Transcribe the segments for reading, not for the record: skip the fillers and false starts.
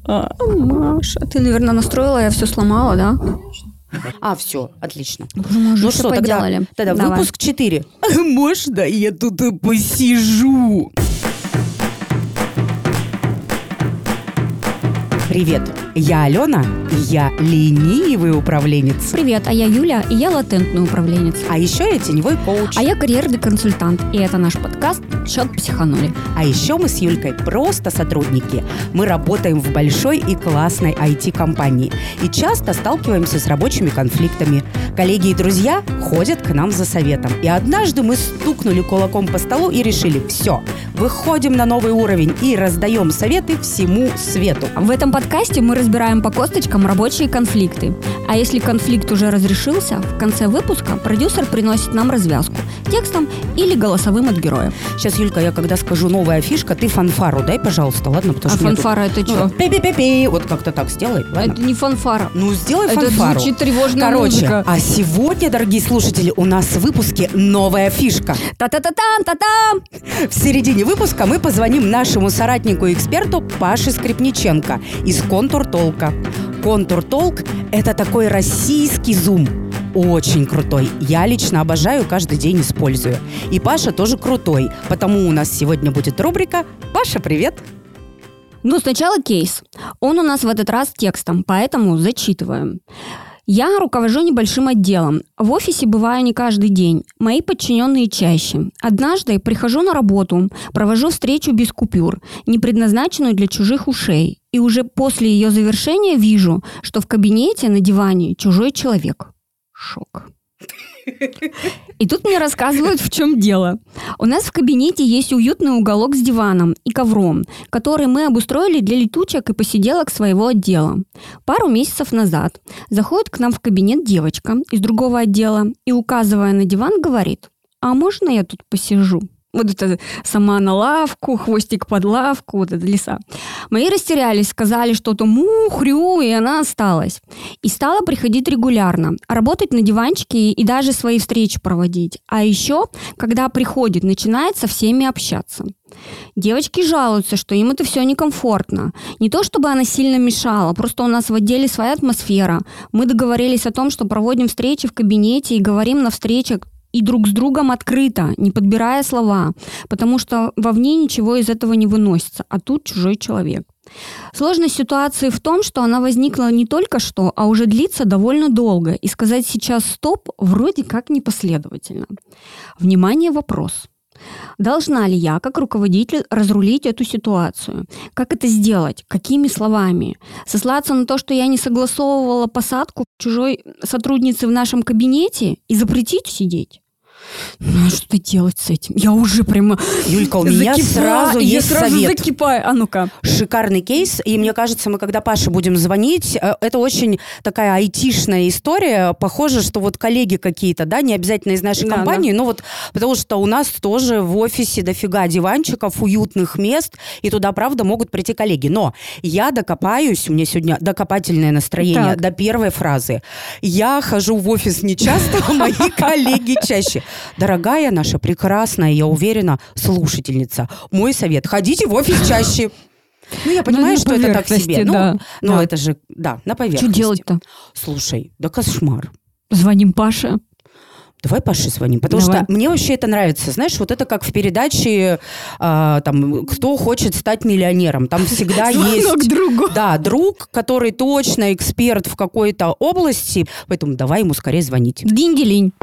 Маша, ты, наверное, настроила, я все сломала, да? Все, отлично. Ну что, тогда выпуск 4. Можно я тут посижу? Привет, я Алена, и я ленивый управленец. Привет, а я Юля, и я латентный управленец. А еще я теневой коуч. А я карьерный консультант, и это наш подкаст «Чё психанули». А еще мы с Юлькой просто сотрудники. Мы работаем в большой и классной IT-компании и часто сталкиваемся с рабочими конфликтами. Коллеги и друзья ходят к нам за советом. И однажды мы стукнули кулаком по столу и решили: все, выходим на новый уровень и раздаем советы всему свету. В этом подкасте мы разбираем по косточкам рабочие конфликты. А если конфликт уже разрешился, в конце выпуска продюсер приносит нам развязку текстом или голосовым от героя. Сейчас, Юлька, я когда скажу новая фишка, ты фанфару дай, пожалуйста, ладно? Потому что фанфара это что? Пи-пи-пи-пи, вот как-то так сделай, ладно? Это не фанфара. Ну, сделай фанфару. Это звучит тревожная музыка. А сегодня, дорогие слушатели, у нас в выпуске новая фишка. Та-та-та-там, та-там! В середине выпуска мы позвоним нашему соратнику-эксперту Паше Скрипниченко из Контур-Толка. Контур-Толк – это такой российский зум. Очень крутой. Я лично обожаю, каждый день использую. И Паша тоже крутой. Потому у нас сегодня будет рубрика «Паша, привет!». Ну, сначала кейс. Он у нас в этот раз текстом, поэтому зачитываем. Я руковожу небольшим отделом. В офисе бываю не каждый день. Мои подчиненные чаще. Однажды прихожу на работу, провожу встречу без купюр, не предназначенную для чужих ушей. И уже после ее завершения вижу, что в кабинете на диване чужой человек. Шок. И тут мне рассказывают, в чем дело. У нас в кабинете есть уютный уголок с диваном и ковром, который мы обустроили для летучек и посиделок своего отдела. Пару месяцев назад заходит к нам в кабинет девочка из другого отдела и, указывая на диван, говорит: «А можно я тут посижу?» Вот это сама на лавку, хвостик под лавку, вот это лиса. Мои растерялись, сказали что-то мухрю, и она осталась. И стала приходить регулярно, работать на диванчике и даже свои встречи проводить. А еще, когда приходит, начинает со всеми общаться. Девочки жалуются, что им это все некомфортно. Не то чтобы она сильно мешала, просто у нас в отделе своя атмосфера. Мы договорились о том, что проводим встречи в кабинете и говорим на встречах и друг с другом открыто, не подбирая слова, потому что вовне ничего из этого не выносится, а тут чужой человек. Сложность ситуации в том, что она возникла не только что, а уже длится довольно долго, и сказать сейчас «стоп» вроде как непоследовательно. Внимание, вопрос. Должна ли я, как руководитель, разрулить эту ситуацию? Как это сделать? Какими словами? Сослаться на то, что я не согласовывала посадку чужой сотрудницы в нашем кабинете и запретить сидеть? Ну, что делать с этим? Я уже прямо Юлька, у меня сразу есть совет. Закипаю. А ну-ка. Шикарный кейс. И мне кажется, мы когда Паше будем звонить, это очень такая айтишная история. Похоже, что вот коллеги какие-то, да, не обязательно из нашей компании, но вот потому что у нас тоже в офисе дофига диванчиков, уютных мест, и туда, правда, могут прийти коллеги. Но я докопаюсь, у меня сегодня докопательное настроение до первой фразы. Я хожу в офис нечасто, а мои коллеги чаще. Дорогая наша прекрасная, я уверена, слушательница, мой совет: ходите в офис чаще. Ну, я понимаю, что это так себе. Да. Ну, это же, на поверхности. Что делать-то? Слушай, да кошмар. Звоним Паше. Давай Паше звоним, потому что мне вообще это нравится. Знаешь, вот это как в передаче там, «Кто хочет стать миллионером». Там всегда есть другу. Да, друг, который точно эксперт в какой-то области. Поэтому давай ему скорее звонить. Динь-делинь.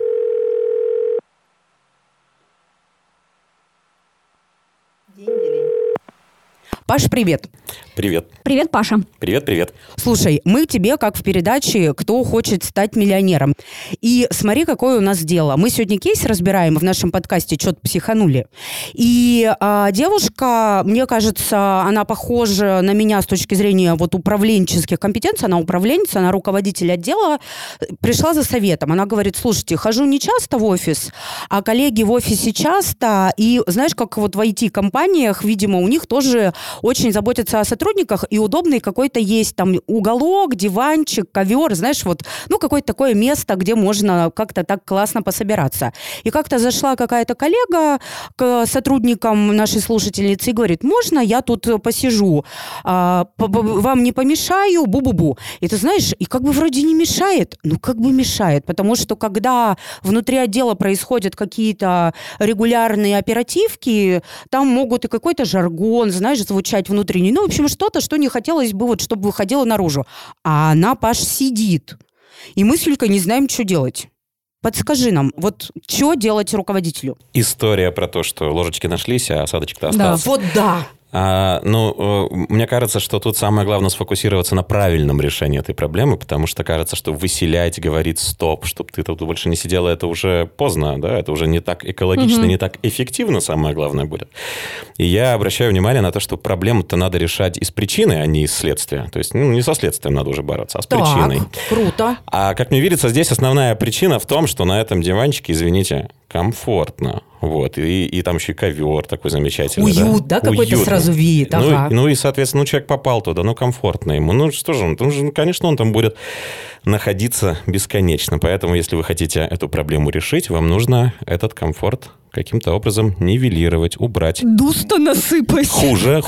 Паш, привет. Привет. Привет, Паша. Привет. Слушай, мы тебе, как в передаче «Кто хочет стать миллионером». И смотри, какое у нас дело. Мы сегодня кейс разбираем в нашем подкасте «Чё-то психанули». И девушка, мне кажется, она похожа на меня с точки зрения вот управленческих компетенций. Она управленница, она руководитель отдела. Пришла за советом. Она говорит: слушайте, хожу не часто в офис, а коллеги в офисе часто. И знаешь, как вот в IT-компаниях, видимо, у них тоже очень заботятся о сотрудниках. сотрудниках, и удобный какой-то есть там уголок, диванчик, ковер, знаешь, вот, ну, какое-то такое место, где можно как-то так классно пособираться. И как-то зашла какая-то коллега к сотрудникам нашей слушательницы и говорит: можно я тут посижу, вам не помешаю, бу-бу-бу. И ты знаешь, и как бы вроде не мешает, ну как бы мешает, потому что когда внутри отдела происходят какие-то регулярные оперативки, там могут и какой-то жаргон, знаешь, звучать внутренний, ну, в общем, что-то, что не хотелось бы, вот, чтобы выходило наружу. А она, Паш, сидит. И мы с Юлькой не знаем, что делать. Подскажи нам, вот что делать руководителю? История про то, что ложечки нашлись, а осадочек-то остался. Да, вот да. Мне кажется, что тут самое главное сфокусироваться на правильном решении этой проблемы, потому что кажется, что выселять, говорить стоп, чтобы ты тут больше не сидела, это уже поздно, да, это уже не так экологично, не так эффективно, самое главное будет. И я обращаю внимание на то, что проблему-то надо решать из причины, а не из следствия. То есть, не со следствием надо уже бороться, а с причиной. Круто. А как мне видится, здесь основная причина в том, что на этом диванчике, извините, комфортно. Вот. И там еще и ковер такой замечательный. Уют, да? Какой-то сразу вид. Ага. Ну и, соответственно, человек попал туда, комфортно ему. Ну, что же он, конечно, он там будет находиться бесконечно. Поэтому, если вы хотите эту проблему решить, вам нужно этот комфорт каким-то образом нивелировать, убрать. Дус-то насыпать. Хуже.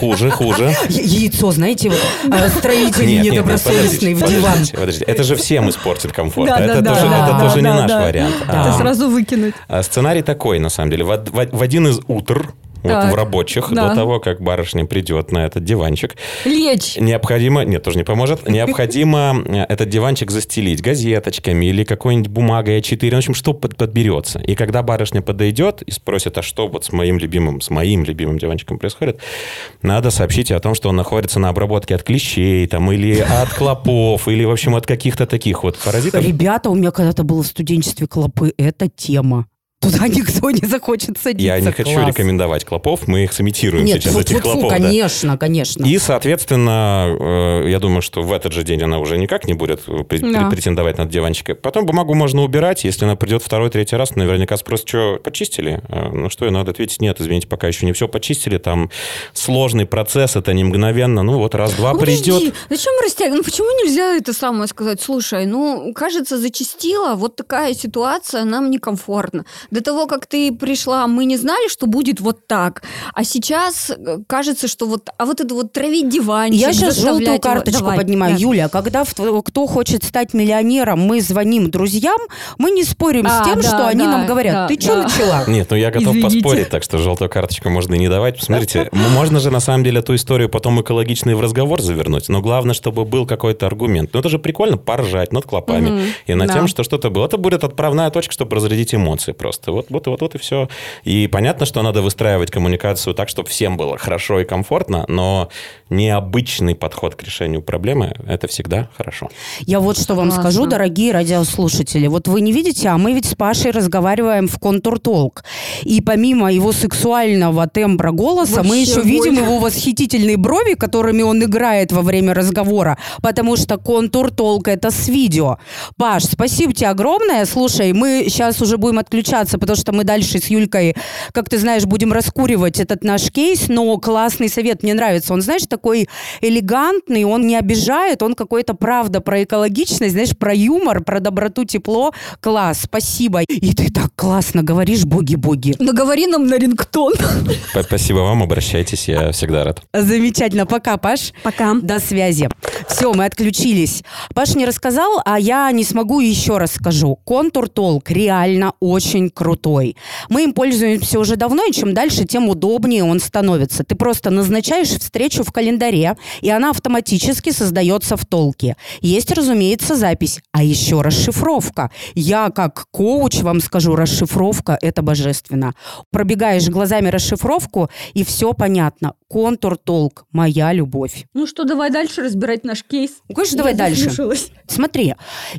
Яйцо, знаете, вот строители недобросовестные в диван. Подождите, это же всем испортит комфорт. Да, это тоже не наш вариант. Это сразу выкинуть. Сценарий такой, на самом деле. В один из утр, вот в рабочих, до того, как барышня придет на этот диванчик. Лечь. Необходимо... Нет, тоже не поможет. Необходимо этот диванчик застелить газеточками или какой-нибудь бумагой А4. В общем, что подберется. И когда барышня подойдет и спросит, а что вот с моим любимым диванчиком происходит, надо сообщить о том, что он находится на обработке от клещей там, или от клопов, или, в общем, от каких-то таких вот паразитов. Ребята, у меня когда-то было в студенчестве клопы. Это тема. Туда никто не захочет садиться. Я не хочу рекомендовать клопов, мы их сымитируем сейчас, этих клопов. Конечно, конечно. И, соответственно, я думаю, что в этот же день она уже никак не будет претендовать на диванчик. Потом бумагу можно убирать, если она придет второй, третий раз, наверняка спросит, что, почистили? Ну что, ей надо ответить, нет, извините, пока еще не все почистили, там сложный процесс, это не мгновенно, раз-два придет. Зачем растягивать? Почему нельзя это самое сказать? Слушай, кажется, зачастила, вот такая ситуация, нам некомфортно. До того, как ты пришла, мы не знали, что будет вот так. А сейчас кажется, что это травить диванчик. Я сейчас желтую карточку поднимаю. Да. Юля, когда кто хочет стать миллионером, мы звоним друзьям, мы не спорим с тем, что они нам говорят. Ты что начала? Нет, я готов поспорить, так что желтую карточку можно и не давать. Посмотрите, можно же на самом деле эту историю потом экологично и в разговор завернуть, но главное, чтобы был какой-то аргумент. Это же прикольно поржать над клопами и над тем, что что-то было. Это будет отправная точка, чтобы разрядить эмоции просто. Вот и все. И понятно, что надо выстраивать коммуникацию так, чтобы всем было хорошо и комфортно, но необычный подход к решению проблемы – это всегда хорошо. Я вот что вам скажу, дорогие радиослушатели. Вот вы не видите, а мы ведь с Пашей разговариваем в контур-толк. И помимо его сексуального тембра голоса, мы еще видим его восхитительные брови, которыми он играет во время разговора, потому что контур-толк – это с видео. Паш, спасибо тебе огромное. Слушай, мы сейчас уже будем отключаться, потому что мы дальше с Юлькой, как ты знаешь, будем раскуривать этот наш кейс, но классный совет, мне нравится. Он, знаешь, такой элегантный, он не обижает, он какой-то, правда, про экологичность, знаешь, про юмор, про доброту, тепло. Класс, спасибо. И ты так классно говоришь, боги-боги. Ну, говори нам на рингтон. Спасибо вам, обращайтесь, я всегда рад. Замечательно. Пока, Паш. Пока. До связи. Все, мы отключились. Паш не рассказал, а я не смогу, еще раз скажу. Контур-толк реально очень крутой. Мы им пользуемся уже давно, и чем дальше, тем удобнее он становится. Ты просто назначаешь встречу в календаре, и она автоматически создается в толке. Есть, разумеется, запись, а еще расшифровка. Я, как коуч, вам скажу, расшифровка – это божественно. Пробегаешь глазами расшифровку, и все понятно. Контур-толк – моя любовь. Ну что, давай дальше разбирать наш кейс. Конечно, давай дальше. Смотри,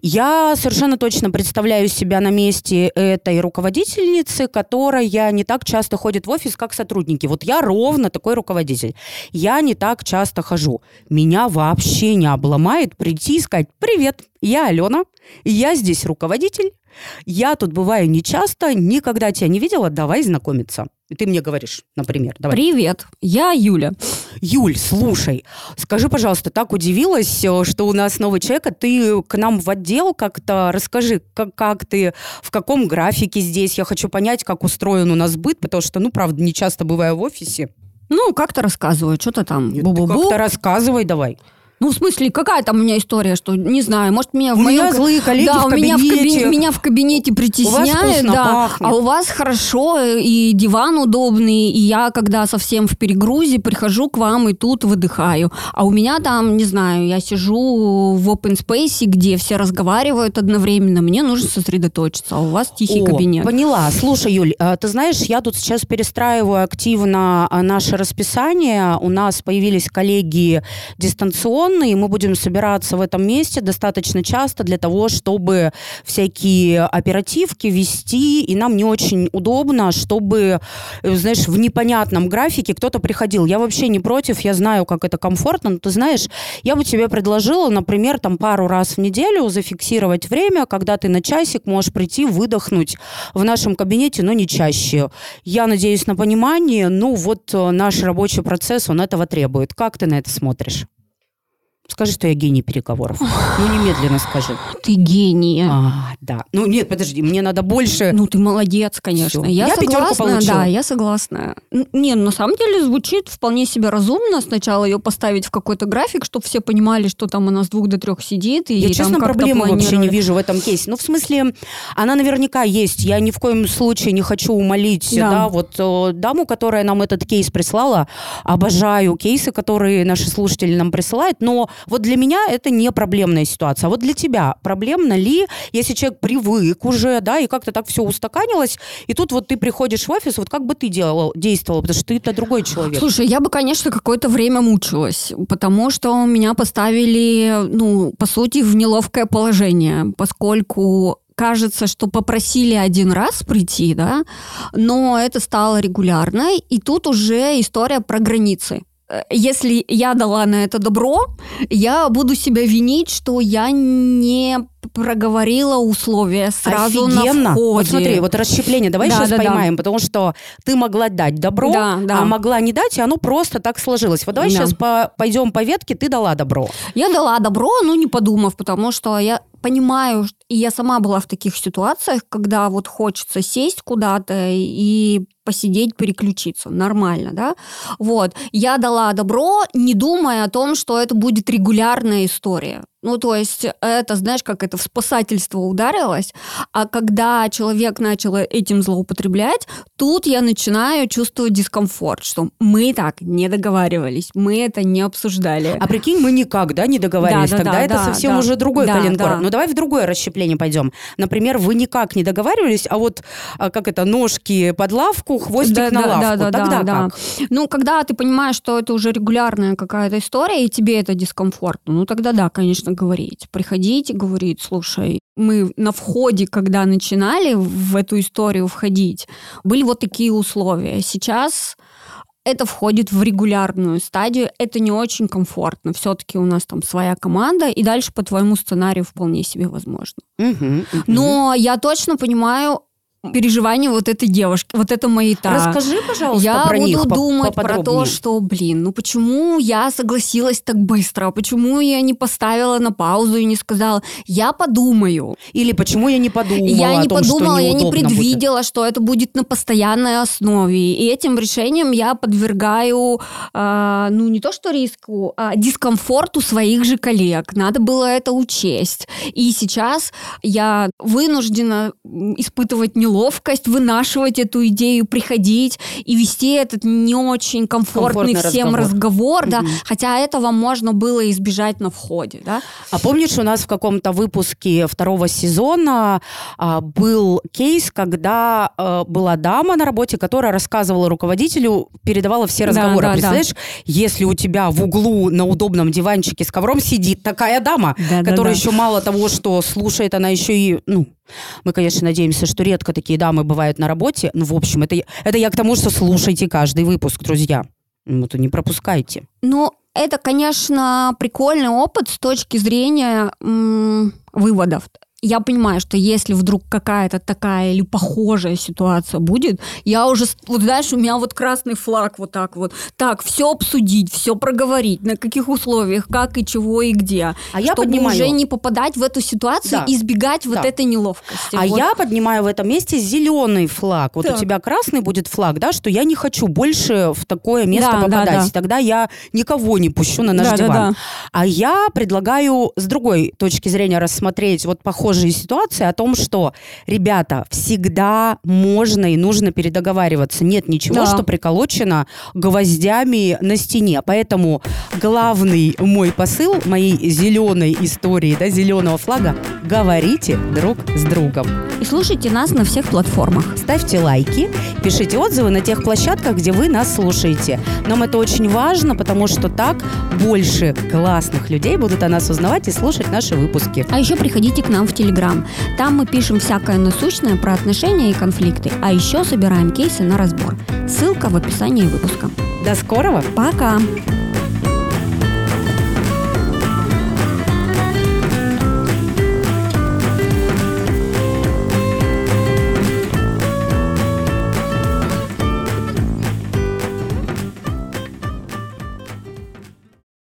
я совершенно точно представляю себя на месте этой руководительницы, которая не так часто ходит в офис, как сотрудники. Вот я ровно такой руководитель. Я не так часто хожу. Меня вообще не обломает прийти и сказать: «Привет, я Алена, я здесь руководитель, я тут бываю нечасто, никогда тебя не видела, давай знакомиться. И ты мне говоришь, например, давай. Привет, я Юля. Юль, слушай, скажи, пожалуйста, так удивилась, что у нас новый человек, а ты к нам в отдел как-то расскажи, как ты, в каком графике здесь, я хочу понять, как устроен у нас быт, потому что, правда, не часто бываю в офисе. Как-то рассказываю, что-то там. Как-то рассказывай давай. В смысле, какая там у меня история, что, не знаю, может, меня в моем... У меня злые коллеги в кабинете. Меня в кабинете притесняют, пахнет. А у вас хорошо, и диван удобный, и я, когда совсем в перегрузе, прихожу к вам и тут выдыхаю. А у меня там, не знаю, я сижу в open space, где все разговаривают одновременно, мне нужно сосредоточиться, а у вас тихий кабинет. Поняла. Слушай, Юль, ты знаешь, я тут сейчас перестраиваю активно наше расписание, у нас появились коллеги дистанционно, и мы будем собираться в этом месте достаточно часто для того, чтобы всякие оперативки вести, и нам не очень удобно, чтобы, знаешь, в непонятном графике кто-то приходил. Я вообще не против, я знаю, как это комфортно, но ты знаешь, я бы тебе предложила, например, пару раз в неделю зафиксировать время, когда ты на часик можешь прийти, выдохнуть в нашем кабинете, но не чаще. Я надеюсь на понимание, наш рабочий процесс, он этого требует. Как ты на это смотришь? Скажи, что я гений переговоров. Немедленно скажи. Ты гений. Да. Нет, подожди, мне надо больше... Ты молодец, конечно. Я согласна, 5 получила. Да, я согласна. На самом деле звучит вполне себе разумно. Сначала ее поставить в какой-то график, чтобы все понимали, что там у нас с 2 до 3 сидит. И я, честно, проблемы вообще не вижу в этом кейсе. В смысле, она наверняка есть. Я ни в коем случае не хочу умолить даму, которая нам этот кейс прислала. Обожаю кейсы, которые наши слушатели нам присылают, но для меня это не проблемная ситуация. А вот для тебя проблемно ли, если человек привык уже, и как-то так все устаканилось, и тут ты приходишь в офис, как бы ты действовала, потому что ты-то другой человек. Слушай, я бы, конечно, какое-то время мучилась, потому что меня поставили, по сути, в неловкое положение, поскольку кажется, что попросили один раз прийти, но это стало регулярно, и тут уже история про границы. Если я дала на это добро, я буду себя винить, что я не проговорила условия сразу на входе. Смотри, расщепление давай сейчас поймаем, потому что ты могла дать добро, а могла не дать, и оно просто так сложилось. Давай сейчас пойдем по ветке, ты дала добро. Я дала добро, не подумав, потому что я понимаю, и я сама была в таких ситуациях, когда хочется сесть куда-то и посидеть, переключиться. Нормально, да? Я дала добро, не думая о том, что это будет регулярная история. То есть это, знаешь, как это в спасательство ударилось, а когда человек начал этим злоупотреблять, тут я начинаю чувствовать дискомфорт, что мы так не договаривались, мы это не обсуждали. А прикинь, мы никак, не договаривались, тогда это совсем уже другой коленкор. Давай в другое расщепление пойдем. Например, вы никак не договаривались, а ножки под лавку, хвостик на лавку. Тогда как? Когда ты понимаешь, что это уже регулярная какая-то история, и тебе это дискомфортно, тогда конечно, говорить. Приходить и говорить: слушай, мы на входе, когда начинали в эту историю входить, были такие условия. Сейчас это входит в регулярную стадию, это не очень комфортно. Все-таки у нас там своя команда, и дальше по твоему сценарию вполне себе возможно. Но я точно понимаю переживания этой девушки, это маята. Расскажи, пожалуйста, про них. Я буду думать про то, что, почему я согласилась так быстро, почему я не поставила на паузу и не сказала, я подумаю. Или почему я не подумала я о том, что я не предвидела, будет. Что это будет на постоянной основе. И этим решением я подвергаю, не то что риску, а дискомфорту своих же коллег. Надо было это учесть. И сейчас я вынуждена испытывать неловкость, вынашивать эту идею, приходить и вести этот не очень комфортный всем разговор, хотя этого можно было избежать на входе. Да? А помнишь, у нас в каком-то выпуске 2 сезона был кейс, когда была дама на работе, которая рассказывала руководителю, передавала все разговоры. Представляешь, если у тебя в углу на удобном диванчике с ковром сидит такая дама, которая еще мало того, что слушает, она еще и... Мы, конечно, надеемся, что редко такие дамы бывают на работе. В общем, это я к тому, что слушайте каждый выпуск, друзья. Не пропускайте. Это, конечно, прикольный опыт с точки зрения выводов. я понимаю, что если вдруг какая-то такая или похожая ситуация будет, я уже, вот знаешь, у меня вот красный флаг вот так вот. Так, все обсудить, все проговорить, на каких условиях, как и чего и где. Чтобы уже не попадать в эту ситуацию, избегать вот этой неловкости. А я поднимаю в этом месте зеленый флаг. Вот у тебя красный будет флаг, да, что я не хочу больше в такое место попадать. И тогда я никого не пущу на наш диван. А я предлагаю с другой точки зрения рассмотреть вот похожие ситуации о том, что, ребята, всегда можно и нужно передоговариваться. Нет ничего, что приколочено гвоздями на стене. Поэтому главный мой посыл моей зеленой истории, да, зеленого флага: говорите друг с другом. И слушайте нас на всех платформах. Ставьте лайки, пишите отзывы на тех площадках, где вы нас слушаете. Нам это очень важно, потому что так больше классных людей будут о нас узнавать и слушать наши выпуски. А еще приходите к нам в Телеграм. Там мы пишем всякое насущное про отношения и конфликты. А еще собираем кейсы на разбор. Ссылка в описании выпуска. До скорого. Пока.